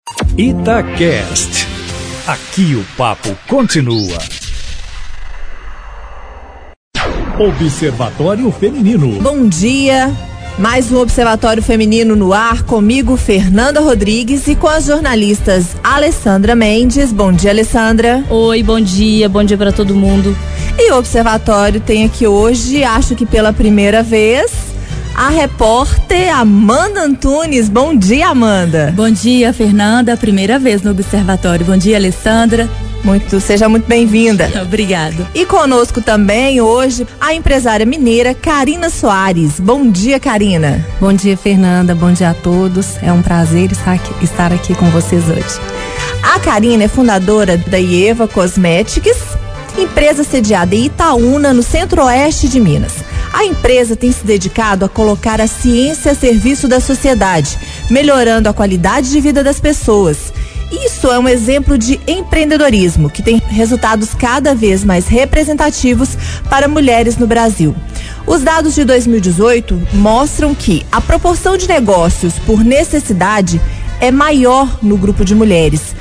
Itacast. Aqui o papo continua. Observatório Feminino. Bom dia. Mais um Observatório Feminino no ar, comigo, Fernanda Rodrigues, e com as jornalistas Alessandra Mendes. Bom dia, Alessandra. Oi, bom dia para todo mundo. E o Observatório tem aqui hoje, acho que pela primeira vez, a repórter Amanda Antunes. Bom dia, Amanda. Bom dia, Fernanda, primeira vez no Observatório. Bom dia, Alessandra. Seja muito bem-vinda. Obrigada. E conosco também hoje a empresária mineira Karina Soares. Bom dia, Karina. Bom dia, Fernanda. Bom dia a todos. É um prazer estar aqui com vocês hoje. A Karina é fundadora da Ieva Cosmetics, empresa sediada em Itaúna, no centro-oeste de Minas. A empresa tem se dedicado a colocar a ciência a serviço da sociedade, melhorando a qualidade de vida das pessoas. Isso é um exemplo de empreendedorismo que tem resultados cada vez mais representativos para mulheres no Brasil. Os dados de 2018 mostram que a proporção de negócios por necessidade é maior no grupo de mulheres.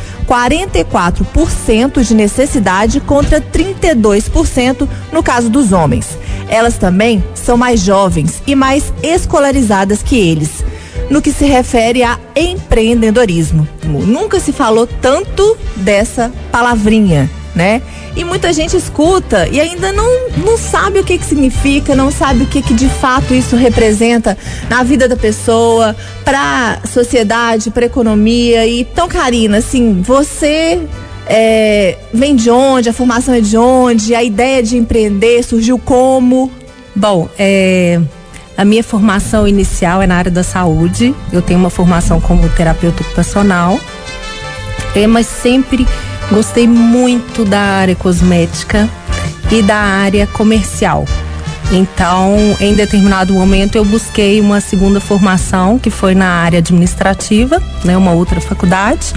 44% de necessidade contra 32% no caso dos homens. Elas também são mais jovens e mais escolarizadas que eles. No que se refere a empreendedorismo, nunca se falou tanto dessa palavrinha, né? E muita gente escuta e ainda não sabe o que significa, não sabe o que de fato isso representa na vida da pessoa, para a sociedade, para a economia. E então, Karina, assim, você vem de onde? A formação é de onde? A ideia de empreender surgiu como? Bom, a minha formação inicial é na área da saúde. Eu tenho uma formação como terapeuta ocupacional, mas sempre gostei muito da área cosmética e da área comercial. Então, em determinado momento, eu busquei uma segunda formação, que foi na área administrativa, né, uma outra faculdade,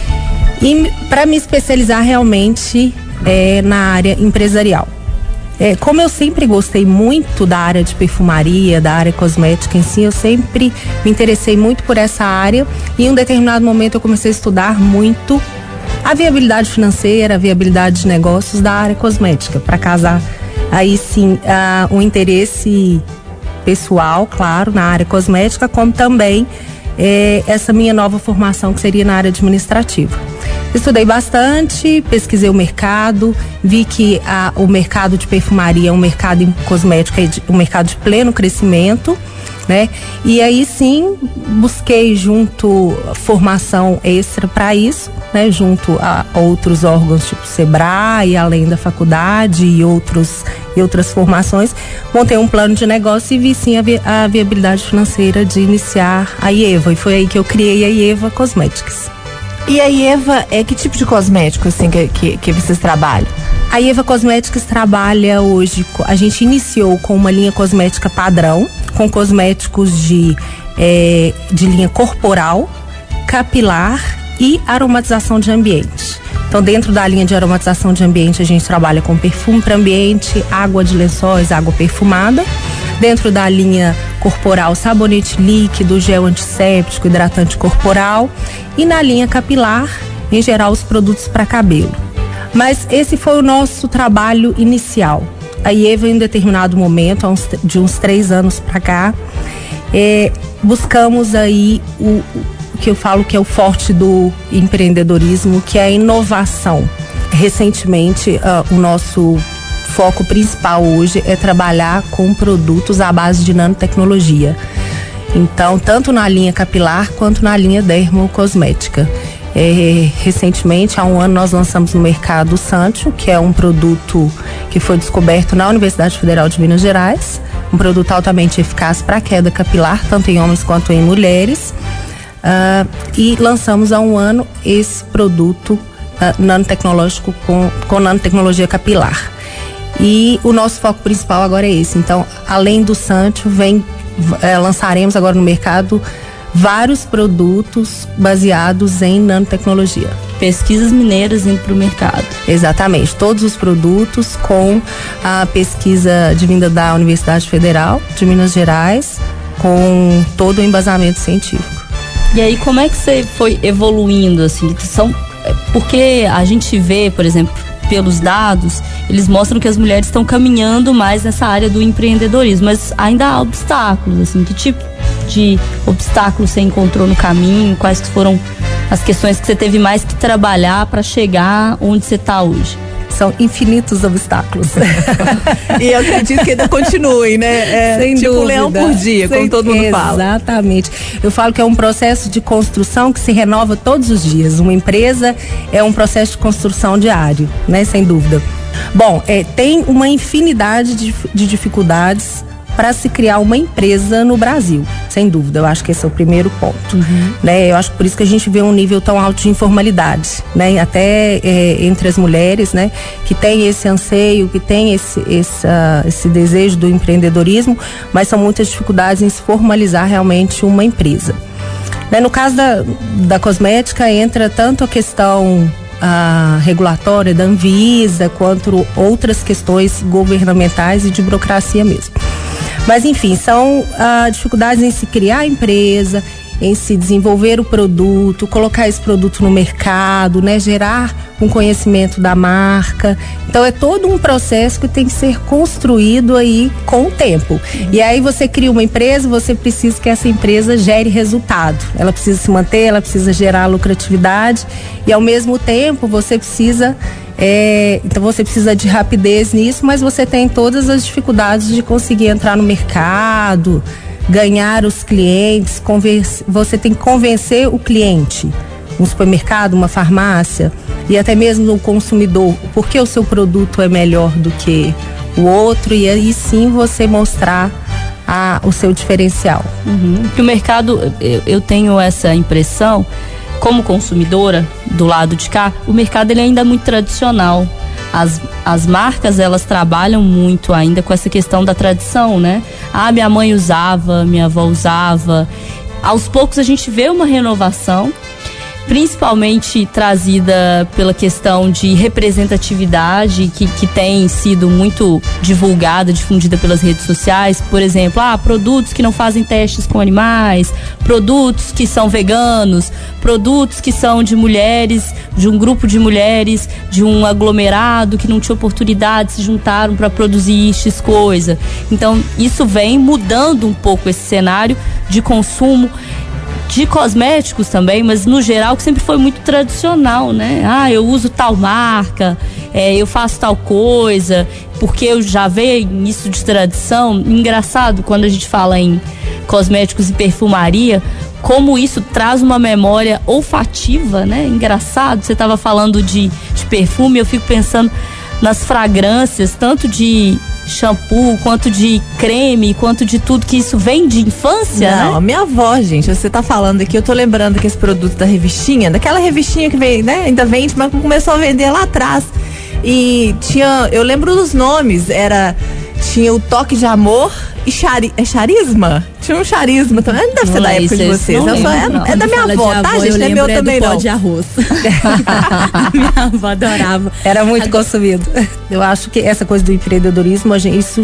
e para me especializar realmente na área empresarial. Como eu sempre gostei muito da área de perfumaria, da área cosmética em si, eu sempre me interessei muito por essa área, e em um determinado momento eu comecei a estudar muito a viabilidade financeira, a viabilidade de negócios da área cosmética, para casar aí sim um interesse pessoal, claro, na área cosmética, como também essa minha nova formação, que seria na área administrativa. Estudei bastante, pesquisei o mercado, vi que o mercado de perfumaria é um mercado cosmético, um mercado de pleno crescimento, né? E aí sim, busquei formação extra para isso, né? Junto a outros órgãos, tipo Sebrae, além da faculdade e outras formações. Montei um plano de negócio e vi sim a viabilidade financeira de iniciar a Ieva, e foi aí que eu criei a Ieva Cosmetics. E a Ieva que tipo de cosmético assim que vocês trabalham? A Ieva Cosmetics trabalha hoje, a gente iniciou com uma linha cosmética padrão, com cosméticos de linha corporal, capilar e aromatização de ambiente. Então, dentro da linha de aromatização de ambiente, a gente trabalha com perfume para ambiente, água de lençóis, água perfumada. Dentro da linha corporal, sabonete líquido, gel antisséptico, hidratante corporal. E na linha capilar, em geral, os produtos para cabelo. Mas esse foi o nosso trabalho inicial. A Ieva, em um determinado momento, de uns 3 anos para cá, buscamos aí o que eu falo que é o forte do empreendedorismo, que é a inovação. Recentemente, o nosso foco principal hoje é trabalhar com produtos à base de nanotecnologia. Então, tanto na linha capilar quanto na linha dermocosmética. Recentemente, há 1 ano, nós lançamos no mercado o Sancho, que é um produto que foi descoberto na Universidade Federal de Minas Gerais, um produto altamente eficaz para queda capilar, tanto em homens quanto em mulheres. E lançamos há 1 ano esse produto nanotecnológico com nanotecnologia capilar. E o nosso foco principal agora é esse. Então, além do Sancho, lançaremos agora no mercado vários produtos baseados em nanotecnologia. Pesquisas mineiras indo para o mercado. Exatamente, todos os produtos com a pesquisa vinda da Universidade Federal de Minas Gerais, com todo o embasamento científico. E aí, como é que você foi evoluindo, assim? Porque a gente vê, por exemplo, pelos dados, eles mostram que as mulheres estão caminhando mais nessa área do empreendedorismo, mas ainda há obstáculos, assim. Que tipo de obstáculos você encontrou no caminho? Quais que foram as questões que você teve mais que trabalhar para chegar onde você está hoje? São infinitos obstáculos. E eu acredito que ainda continuem, né? Sem tipo dúvida. Um leão por dia, como todo mundo fala. Exatamente. Eu falo que é um processo de construção que se renova todos os dias. Uma empresa é um processo de construção diário, né? Sem dúvida. Bom, tem uma infinidade de dificuldades para se criar uma empresa no Brasil, sem dúvida. Eu acho que esse é o primeiro ponto, né? Eu acho que por isso que a gente vê um nível tão alto de informalidade, né? Até entre as mulheres, né? Que tem esse anseio, que tem esse desejo do empreendedorismo, mas são muitas dificuldades em se formalizar realmente uma empresa. Né? No caso da cosmética, entra tanto a questão regulatória da Anvisa, quanto outras questões governamentais e de burocracia mesmo. Mas enfim, são dificuldades em se criar a empresa, em se desenvolver o produto, colocar esse produto no mercado, né? Gerar um conhecimento da marca. Então é todo um processo que tem que ser construído aí com o tempo. E aí você cria uma empresa, você precisa que essa empresa gere resultado. Ela precisa se manter, ela precisa gerar lucratividade e ao mesmo tempo você precisa então você precisa de rapidez nisso, mas você tem todas as dificuldades de conseguir entrar no mercado, ganhar os clientes, você tem que convencer o cliente, um supermercado, uma farmácia e até mesmo o consumidor, porque o seu produto é melhor do que o outro, e aí sim você mostrar o seu diferencial. Que o mercado, eu tenho essa impressão, como consumidora do lado de cá, o mercado ele ainda é muito tradicional. As marcas, elas trabalham muito ainda com essa questão da tradição, né? Minha mãe usava, minha avó usava. Aos poucos a gente vê uma renovação, principalmente trazida pela questão de representatividade que tem sido muito divulgada, difundida pelas redes sociais. Por exemplo, produtos que não fazem testes com animais, produtos que são veganos, produtos que são de mulheres, de um grupo de mulheres, de um aglomerado que não tinha oportunidade, se juntaram para produzir X coisa. Então, isso vem mudando um pouco esse cenário de consumo de cosméticos também, mas no geral que sempre foi muito tradicional, né? Eu uso tal marca, eu faço tal coisa, porque eu já vejo isso de tradição. Engraçado, quando a gente fala em cosméticos e perfumaria, como isso traz uma memória olfativa, né? Engraçado, você estava falando de perfume, eu fico pensando nas fragrâncias, tanto de shampoo, quanto de creme, quanto de tudo, que isso vem de infância, Não, né? A minha avó, gente, você tá falando aqui, eu tô lembrando que esse produto da revistinha, daquela revistinha que veio, né, ainda vende, mas começou a vender lá atrás. E eu lembro dos nomes, tinha o Toque de Amor e Charisma? Tinha um Charisma também, não deve ser da época de vocês. É da minha avó, tá, gente? Não é meu também, não. Pó de arroz. Minha avó adorava. Era muito consumido. Eu acho que essa coisa do empreendedorismo, isso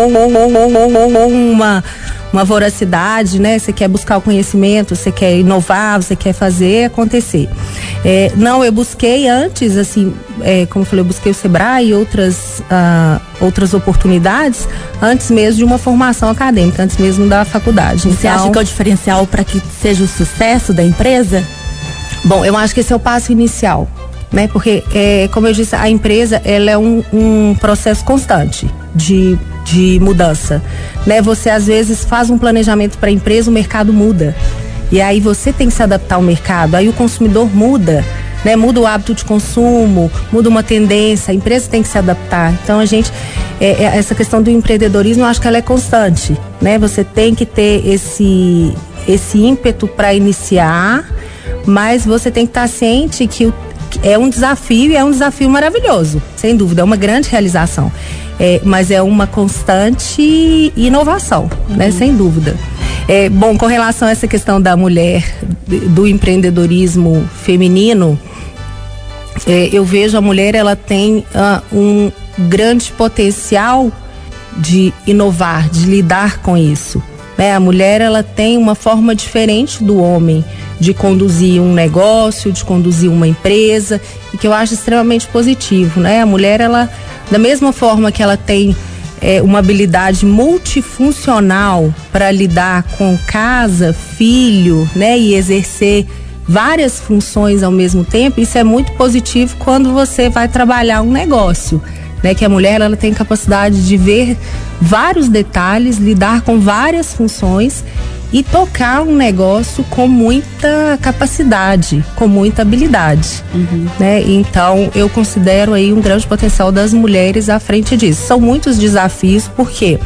uma voracidade, né? Você quer buscar o conhecimento, você quer inovar, você quer fazer acontecer. Não, eu busquei antes, assim, como eu falei, eu busquei o Sebrae e outras oportunidades antes mesmo de uma formação acadêmica, antes mesmo da faculdade. Você acha que é o diferencial para que seja o sucesso da empresa? Bom, eu acho que esse é o passo inicial, né? Porque, como eu disse, a empresa, ela é um processo constante de mudança, né? Você às vezes faz um planejamento para a empresa, o mercado muda, e aí você tem que se adaptar ao mercado, aí o consumidor muda, né? Muda o hábito de consumo, muda uma tendência, a empresa tem que se adaptar. Então essa questão do empreendedorismo, eu acho que ela é constante, né? Você tem que ter esse ímpeto para iniciar, mas você tem que estar ciente que é um desafio, e é um desafio maravilhoso, sem dúvida, é uma grande realização. Mas é uma constante inovação, né? Sem dúvida. Bom, com relação a essa questão da mulher, do empreendedorismo feminino, eu vejo a mulher, ela tem um grande potencial de inovar, de lidar com isso, né? A mulher, ela tem uma forma diferente do homem de conduzir um negócio, de conduzir uma empresa, e que eu acho extremamente positivo, né? A mulher, ela, da mesma forma que ela tem uma habilidade multifuncional para lidar com casa, filho, né? E exercer várias funções ao mesmo tempo, isso é muito positivo quando você vai trabalhar um negócio, né? Que a mulher, ela tem capacidade de ver vários detalhes, lidar com várias funções e tocar um negócio com muita capacidade, com muita habilidade, né? Então, eu considero aí um grande potencial das mulheres à frente disso. São muitos desafios, porque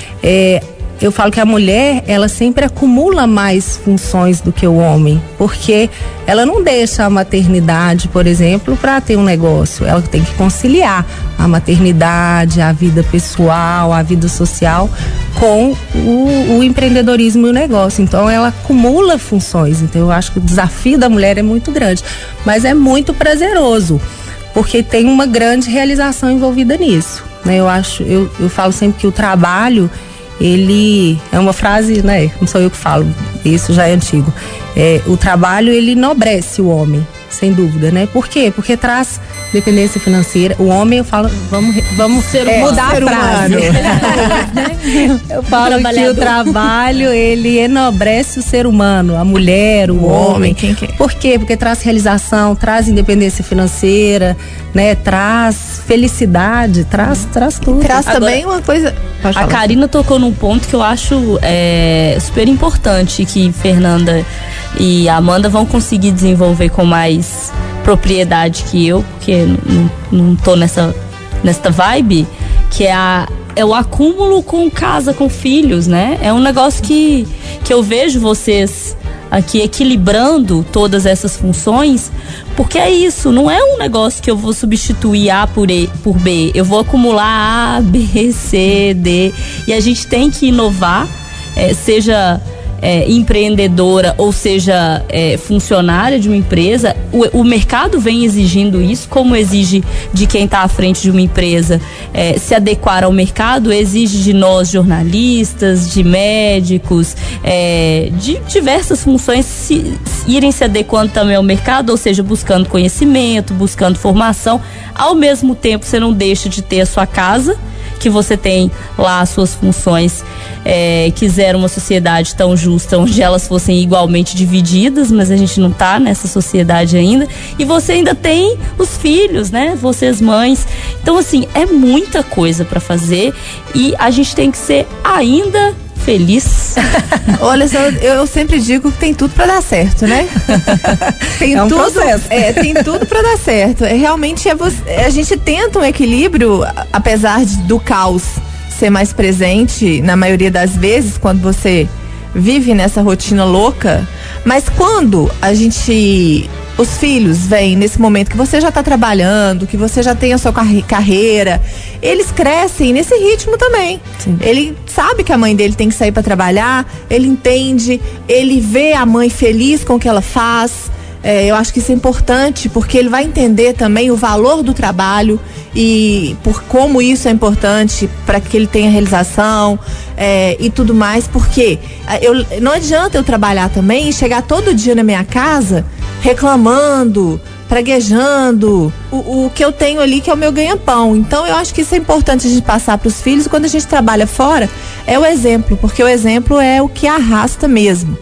eu falo que a mulher, ela sempre acumula mais funções do que o homem, porque ela não deixa a maternidade, por exemplo, para ter um negócio. Ela tem que conciliar a maternidade, a vida pessoal, a vida social com o empreendedorismo e o negócio. Então, ela acumula funções. Então, eu acho que o desafio da mulher é muito grande, mas é muito prazeroso, porque tem uma grande realização envolvida nisso, né? Eu falo sempre que o trabalho, ele é uma frase, né? Não sou eu que falo, isso já é antigo. O trabalho, ele enobrece o homem, sem dúvida, né? Por quê? Porque traz dependência financeira. O homem, eu falo, vamos mudar a frase. Eu falo que o trabalho, ele enobrece o ser humano, a mulher, o homem. Quem quer? Por quê? Porque traz realização, traz independência financeira, né? Traz felicidade, traz tudo. Traz também uma coisa. A Karina tocou num ponto que eu acho super importante, que Fernanda e Amanda vão conseguir desenvolver com mais propriedade que eu, porque não tô nessa vibe, que é o acúmulo com casa, com filhos, né? É um negócio que eu vejo vocês aqui equilibrando todas essas funções, porque é isso, não é um negócio que eu vou substituir A por B, eu vou acumular A, B, C, D, e a gente tem que inovar, seja empreendedora ou seja funcionária de uma empresa. O mercado vem exigindo isso, como exige de quem está à frente de uma empresa se adequar ao mercado, exige de nós jornalistas, de médicos, de diversas funções irem se adequando também ao mercado, ou seja, buscando conhecimento, buscando formação. Ao mesmo tempo, você não deixa de ter a sua casa, que você tem lá as suas funções, quiser uma sociedade tão justa, onde elas fossem igualmente divididas, mas a gente não está nessa sociedade ainda, e você ainda tem os filhos, né? Vocês mães. Então, assim, é muita coisa para fazer e a gente tem que ser ainda feliz. Olha só, eu sempre digo que tem tudo pra dar certo, né? Tem um tudo, processo. Tem tudo pra dar certo. Realmente a gente tenta um equilíbrio, apesar do caos ser mais presente na maioria das vezes quando você vive nessa rotina louca, mas quando os filhos vêm nesse momento que você já está trabalhando, que você já tem a sua carreira, eles crescem nesse ritmo também. Sim. Ele sabe que a mãe dele tem que sair para trabalhar, ele entende, ele vê a mãe feliz com o que ela faz. Eu acho que isso é importante, porque ele vai entender também o valor do trabalho e por como isso é importante para que ele tenha realização e tudo mais, porque não adianta eu trabalhar também e chegar todo dia na minha casa reclamando, praguejando o que eu tenho ali, que é o meu ganha-pão. Então eu acho que isso é importante a gente passar para os filhos. Quando a gente trabalha fora, é o exemplo, porque o exemplo é o que arrasta mesmo.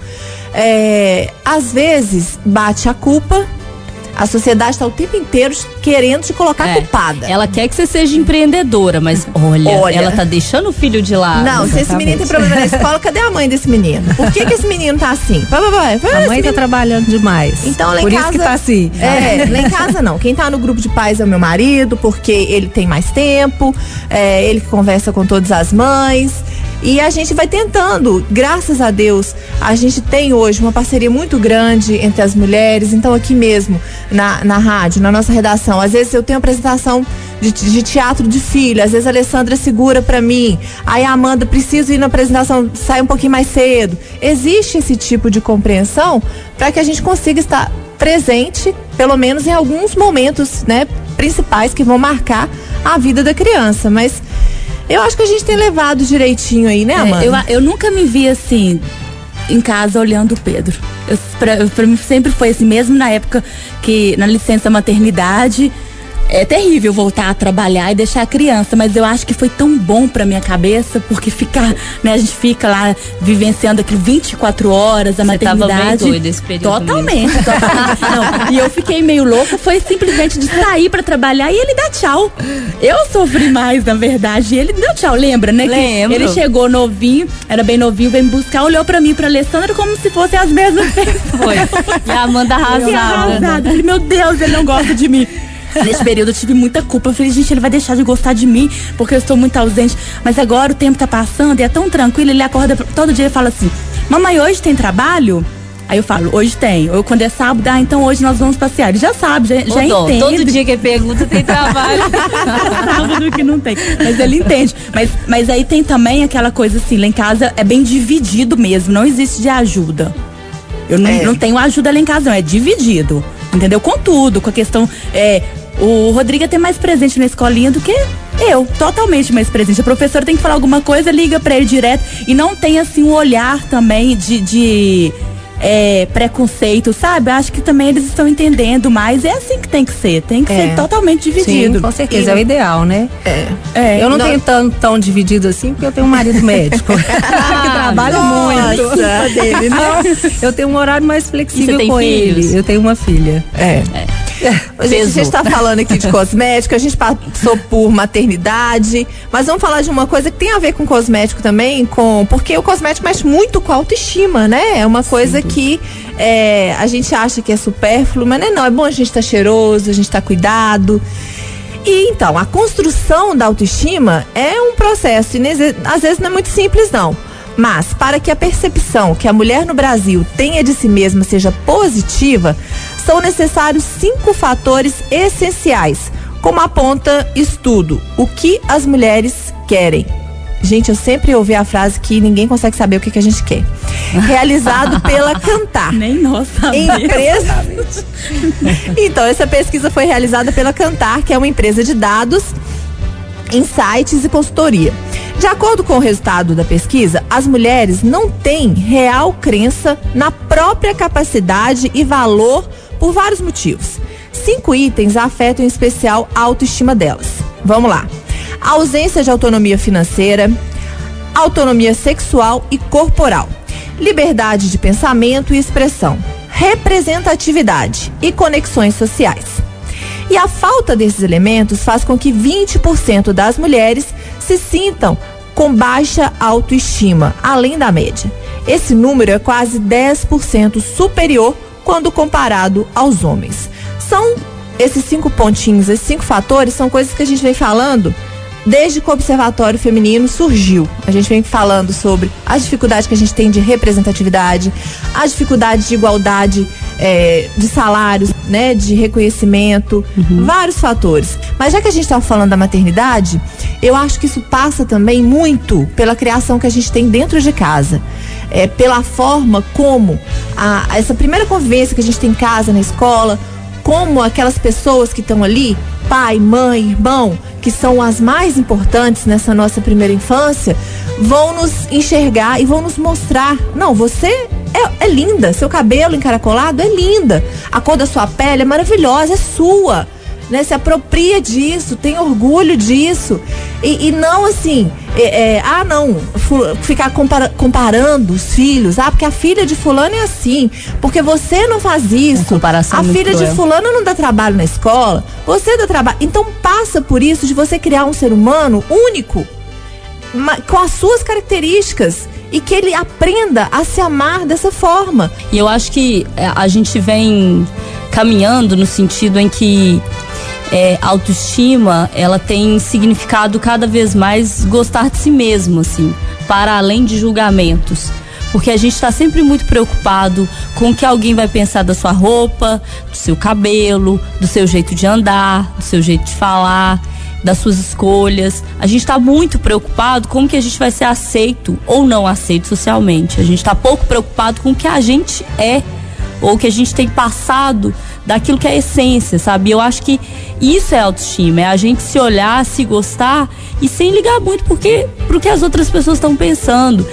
Às vezes bate a culpa, a sociedade está o tempo inteiro querendo te colocar culpada. Ela quer que você seja empreendedora, mas olha, ela tá deixando o filho de lado. Não, se esse menino tem problema na escola, cadê a mãe desse menino? Por que esse menino tá assim? A mãe tá trabalhando demais. Então, lá em Por casa, isso que tá assim. Lá em casa não. Quem tá no grupo de pais é o meu marido, porque ele tem mais tempo, ele que conversa com todas as mães. E a gente vai tentando, graças a Deus, a gente tem hoje uma parceria muito grande entre as mulheres. Então aqui mesmo, na rádio, na nossa redação, às vezes eu tenho apresentação de teatro de filho, às vezes a Alessandra segura pra mim, aí a Amanda precisa ir na apresentação, sai um pouquinho mais cedo. Existe esse tipo de compreensão para que a gente consiga estar presente, pelo menos em alguns momentos, né, principais que vão marcar a vida da criança. Mas eu acho que a gente tem levado direitinho aí, né, Amanda? Eu nunca me vi assim, em casa olhando o Pedro. Pra mim sempre foi assim, mesmo na época que na licença maternidade. É terrível voltar a trabalhar e deixar a criança, mas eu acho que foi tão bom pra minha cabeça, porque a gente fica lá vivenciando aquilo 24 horas, a maternidade. Você tava bem doida esse período. Totalmente. Não, e eu fiquei meio louca, foi simplesmente de sair pra trabalhar e ele dar tchau. Eu sofri mais, na verdade, e ele deu tchau, lembra, né? Lembro. Ele chegou novinho, era bem novinho, veio me buscar, olhou pra mim e pra Alessandra como se fossem as mesmas pessoas. Foi. E a Amanda arrasada. Falei, meu Deus, ele não gosta de mim. Nesse período eu tive muita culpa. Eu falei, gente, ele vai deixar de gostar de mim porque eu estou muito ausente. Mas agora o tempo tá passando e é tão tranquilo. Ele acorda todo dia e fala assim: mamãe, hoje tem trabalho? Aí eu falo, hoje tem. Ou quando é sábado, então hoje nós vamos passear. Ele já sabe, já entende. Todo dia que ele pergunta tem trabalho. Sábado que não tem. Mas ele entende. Mas aí tem também aquela coisa assim, lá em casa é bem dividido mesmo. Não existe de ajuda. Eu não tenho ajuda lá em casa, não. É dividido. Entendeu? Com tudo, com a questão. O Rodrigo é até mais presente na escolinha do que eu, totalmente mais presente. A professora tem que falar alguma coisa, liga pra ele direto. E não tem assim um olhar também de preconceito, sabe? Acho que também eles estão entendendo mais. É assim que tem que ser ser totalmente dividido. Sim, com certeza, é o ideal, né? Eu não tenho tão dividido assim, porque eu tenho um marido médico que trabalha muito. Dele, não? Eu tenho um horário mais flexível tem com filhos? ele. Eu tenho uma filha. A gente está falando aqui de cosmético, a gente passou por maternidade, mas vamos falar de uma coisa que tem a ver com cosmético também, porque o cosmético mexe muito com a autoestima, né? É uma coisa que a gente acha que é supérfluo, mas não é bom a gente estar cheiroso, a gente estar cuidado. E então, a construção da autoestima é um processo, e às vezes não é muito simples não. Mas, para que a percepção que a mulher no Brasil tenha de si mesma seja positiva, são necessários 5 fatores essenciais, como aponta estudo: o que as mulheres querem. Gente, eu sempre ouvi a frase que ninguém consegue saber o que a gente quer. Realizado pela Kantar. Nem nós sabemos. Então, essa pesquisa foi realizada pela Kantar, que é uma empresa de dados, insights e consultoria. De acordo com o resultado da pesquisa, as mulheres não têm real crença na própria capacidade e valor por vários motivos. 5 itens afetam em especial a autoestima delas. Vamos lá. A ausência de autonomia financeira, autonomia sexual e corporal, liberdade de pensamento e expressão, representatividade e conexões sociais. E a falta desses elementos faz com que 20% das mulheres se sintam com baixa autoestima, além da média. Esse número é quase 10% superior quando comparado aos homens. São esses 5 pontinhos, esses 5 fatores, são coisas que a gente vem falando desde que o Observatório Feminino surgiu. A gente vem falando sobre as dificuldades que a gente tem de representatividade, as dificuldades de igualdade de salários, né, de reconhecimento, vários fatores. Mas já que a gente está falando da maternidade, eu acho que isso passa também muito pela criação que a gente tem dentro de casa. Pela forma como essa primeira convivência que a gente tem em casa, na escola, como aquelas pessoas que estão ali, pai, mãe, irmão, que são as mais importantes nessa nossa primeira infância, vão nos enxergar e vão nos mostrar: não, você é linda, seu cabelo encaracolado é linda, a cor da sua pele é maravilhosa, é sua, né? Se apropria disso, tem orgulho disso, e não assim, ficar comparando os filhos, porque a filha de fulano é assim, porque você não faz isso, a filha de fulano não dá trabalho na escola, você dá trabalho. Então passa por isso de você criar um ser humano único, com as suas características, e que ele aprenda a se amar dessa forma. E eu acho que a gente vem caminhando no sentido em que autoestima, ela tem significado cada vez mais gostar de si mesmo, assim, para além de julgamentos. Porque a gente está sempre muito preocupado com o que alguém vai pensar da sua roupa, do seu cabelo, do seu jeito de andar, do seu jeito de falar, das suas escolhas. A gente está muito preocupado com o que a gente vai ser aceito ou não aceito socialmente. A gente está pouco preocupado com o que a gente é, ou o que a gente tem passado daquilo que é a essência, sabe? Eu acho que isso é autoestima, é a gente se olhar, se gostar e sem ligar muito pro que as outras pessoas estão pensando.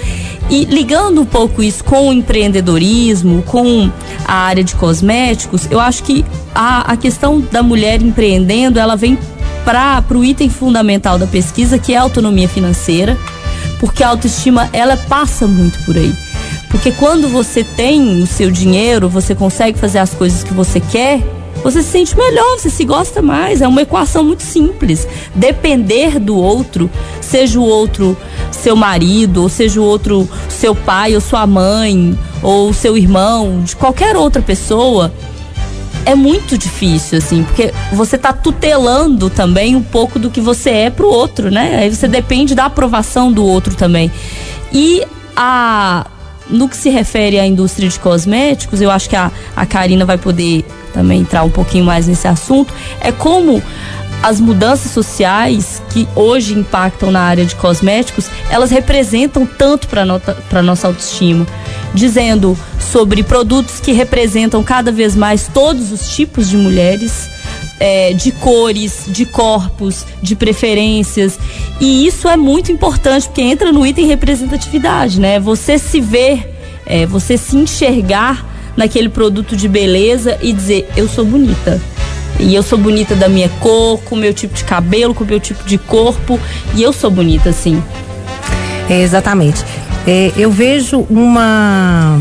E ligando um pouco isso com o empreendedorismo, com a área de cosméticos, eu acho que a questão da mulher empreendendo, ela vem para o item fundamental da pesquisa, que é a autonomia financeira, porque a autoestima, ela passa muito por aí. Porque quando você tem o seu dinheiro, você consegue fazer as coisas que você quer, você se sente melhor, você se gosta mais. É uma equação muito simples. Depender do outro, seja o outro seu marido, ou seja o outro seu pai ou sua mãe, ou seu irmão, de qualquer outra pessoa, é muito difícil, assim, porque você tá tutelando também um pouco do que você é pro outro, né? Aí você depende da aprovação do outro também. E no que se refere à indústria de cosméticos, eu acho que a Karina vai poder também entrar um pouquinho mais nesse assunto, é como as mudanças sociais que hoje impactam na área de cosméticos, elas representam tanto para nossa autoestima, dizendo sobre produtos que representam cada vez mais todos os tipos de mulheres, de cores, de corpos, de preferências, e isso é muito importante porque entra no item representatividade, né? Você se ver, você se enxergar naquele produto de beleza e dizer, eu sou bonita. E eu sou bonita da minha cor, com o meu tipo de cabelo, com o meu tipo de corpo, e eu sou bonita, sim. Exatamente. Eu vejo uma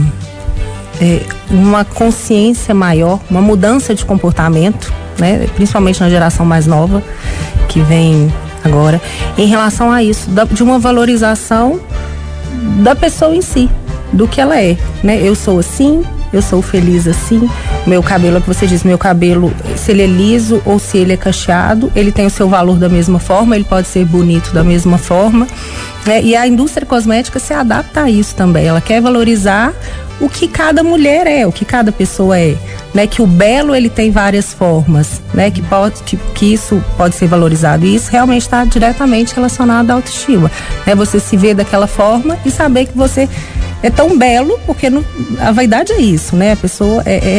consciência maior, uma mudança de comportamento, né? Principalmente na geração mais nova, que vem agora, em relação a isso, de uma valorização da pessoa em si, do que ela é, né? Eu sou assim, eu sou feliz assim, meu cabelo, é o que você diz, meu cabelo, se ele é liso ou se ele é cacheado, ele tem o seu valor da mesma forma, ele pode ser bonito da mesma forma, né? E a indústria cosmética se adapta a isso também, ela quer valorizar o que cada mulher é, o que cada pessoa é, né? Que o belo, ele tem várias formas, né? Que isso pode ser valorizado, e isso realmente está diretamente relacionado à autoestima, né? Você se vê daquela forma e saber que você é tão belo, porque a vaidade é isso, né? A pessoa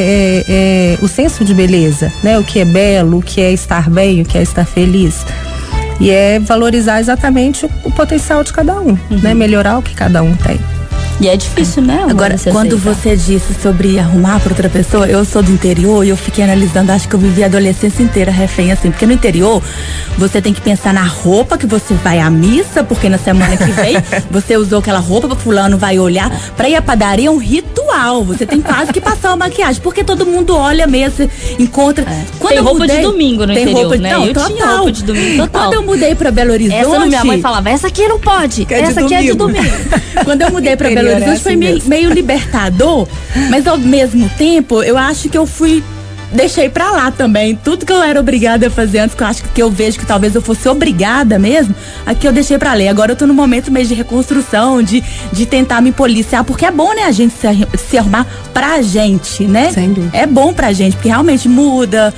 é o senso de beleza, né? O que é belo, o que é estar bem, o que é estar feliz. E é valorizar exatamente o potencial de cada um, né? Melhorar o que cada um tem. E é difícil, né? Agora, quando você disse sobre arrumar para outra pessoa, eu sou do interior e eu fiquei analisando, acho que eu vivi a adolescência inteira refém assim, porque no interior você tem que pensar na roupa que você vai à missa, porque na semana que vem você usou aquela roupa, fulano vai olhar, pra ir à padaria é um ritual, você tem quase que passar uma maquiagem, porque todo mundo olha mesmo, encontra. Tem roupa de domingo no interior, né? Eu tinha roupa de domingo total. Quando eu mudei pra Belo Horizonte, minha mãe falava, essa aqui não pode, essa aqui é de domingo. Quando eu mudei pra Belo Horizonte foi meio libertador, mas ao mesmo tempo eu acho que eu deixei pra lá também, tudo que eu era obrigada a fazer antes, que eu vejo que talvez eu fosse obrigada mesmo, aqui eu deixei pra lá. Agora eu tô num momento meio de reconstrução, de tentar me policiar, porque é bom, né, a gente se arrumar pra gente, né? Sem dúvida. É bom pra gente, porque realmente muda,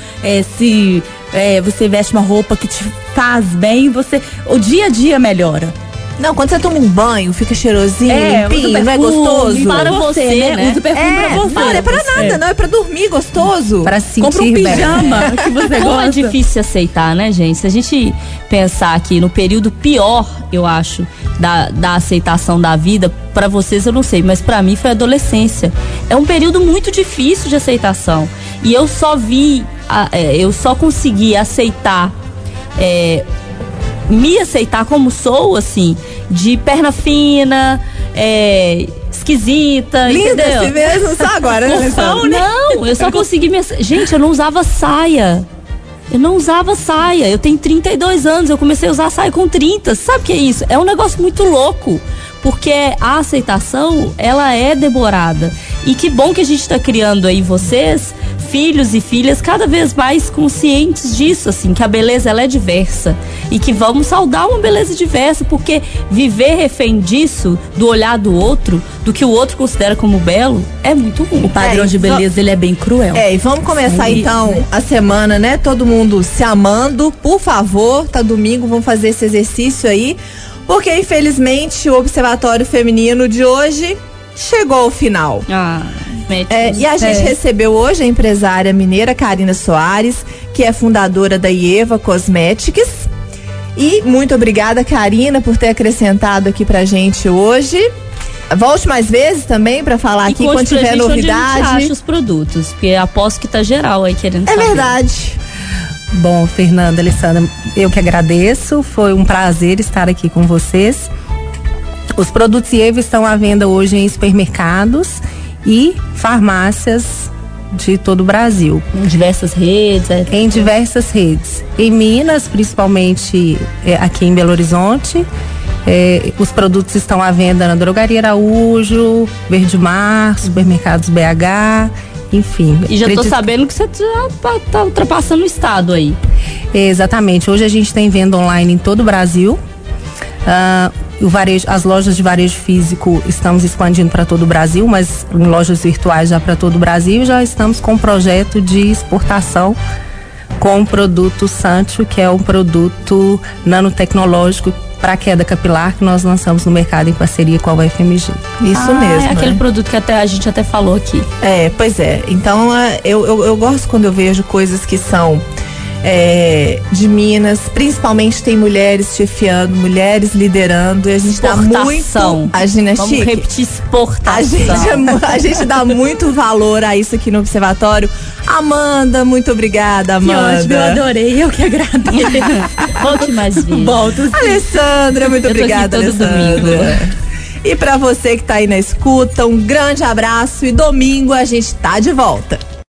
você veste uma roupa que te faz bem, o dia a dia melhora. Não, quando você toma um banho, fica cheirosinho, limpinho, não é gostoso? Para você, né? Usa perfume pra você. Não é pra nada, não, é pra dormir gostoso. Pra sentir compra um pijama que você Como gosta. é difícil aceitar, né, gente? Se a gente pensar aqui no período pior, eu acho, da aceitação da vida, pra vocês eu não sei, mas pra mim foi a adolescência. É um período muito difícil de aceitação. E eu só consegui aceitar, me aceitar como sou, assim, de perna fina, esquisita, linda entendeu? assim mesmo, só agora, né? Não, eu só consegui Gente, eu não usava saia. Eu tenho 32 anos, eu comecei a usar saia com 30. Sabe o que é isso? É um negócio muito louco. Porque a aceitação, ela é demorada. E que bom que a gente tá criando aí vocês, filhos e filhas, cada vez mais conscientes disso, assim, que a beleza, ela é diversa. E que vamos saudar uma beleza diversa, porque viver refém disso, do olhar do outro, do que o outro considera como belo, é muito ruim. O padrão de beleza, ele é bem cruel. E vamos começar então a semana, né? Todo mundo se amando, por favor, tá domingo, vamos fazer esse exercício aí. Porque, infelizmente, o Observatório Feminino de hoje chegou ao final. E a gente recebeu hoje a empresária mineira Karina Soares, que é fundadora da Ieva Cosmetics. E muito obrigada, Karina, por ter acrescentado aqui pra gente hoje. Volte mais vezes também pra falar aqui quando tiver novidade. Onde a gente acha os produtos, porque aposto que tá geral aí querendo saber. É verdade. Bom, Fernanda, Alessandra, eu que agradeço, foi um prazer estar aqui com vocês. Os produtos Ieva estão à venda hoje em supermercados e farmácias de todo o Brasil. Em diversas redes. Em diversas redes. Em Minas, principalmente aqui em Belo Horizonte, os produtos estão à venda na Drogaria Araújo, Verde Mar, Supermercados BH, enfim. E já tô sabendo que você já tá ultrapassando o estado aí. Exatamente. Hoje a gente tem venda online em todo o Brasil. As lojas de varejo físico estamos expandindo para todo o Brasil, mas em lojas virtuais já para todo o Brasil. Já estamos com um projeto de exportação com o produto Santio, que é um produto nanotecnológico para queda capilar que nós lançamos no mercado em parceria com a UFMG. Isso mesmo. É aquele produto que a gente até falou aqui. Pois é. Então eu gosto quando eu vejo coisas que são de Minas, principalmente tem mulheres chefiando, mulheres liderando, e a gente dá muito. A gente Vamos repetir, exportação. A gente dá muito valor a isso aqui no Observatório. Amanda, muito obrigada, Amanda. Que ótimo, eu adorei, eu que agradeço. Volte mais vezes. Volto sim. Alessandra, muito obrigada, todo Alessandra. domingo. E pra você que tá aí na escuta, um grande abraço e domingo a gente tá de volta.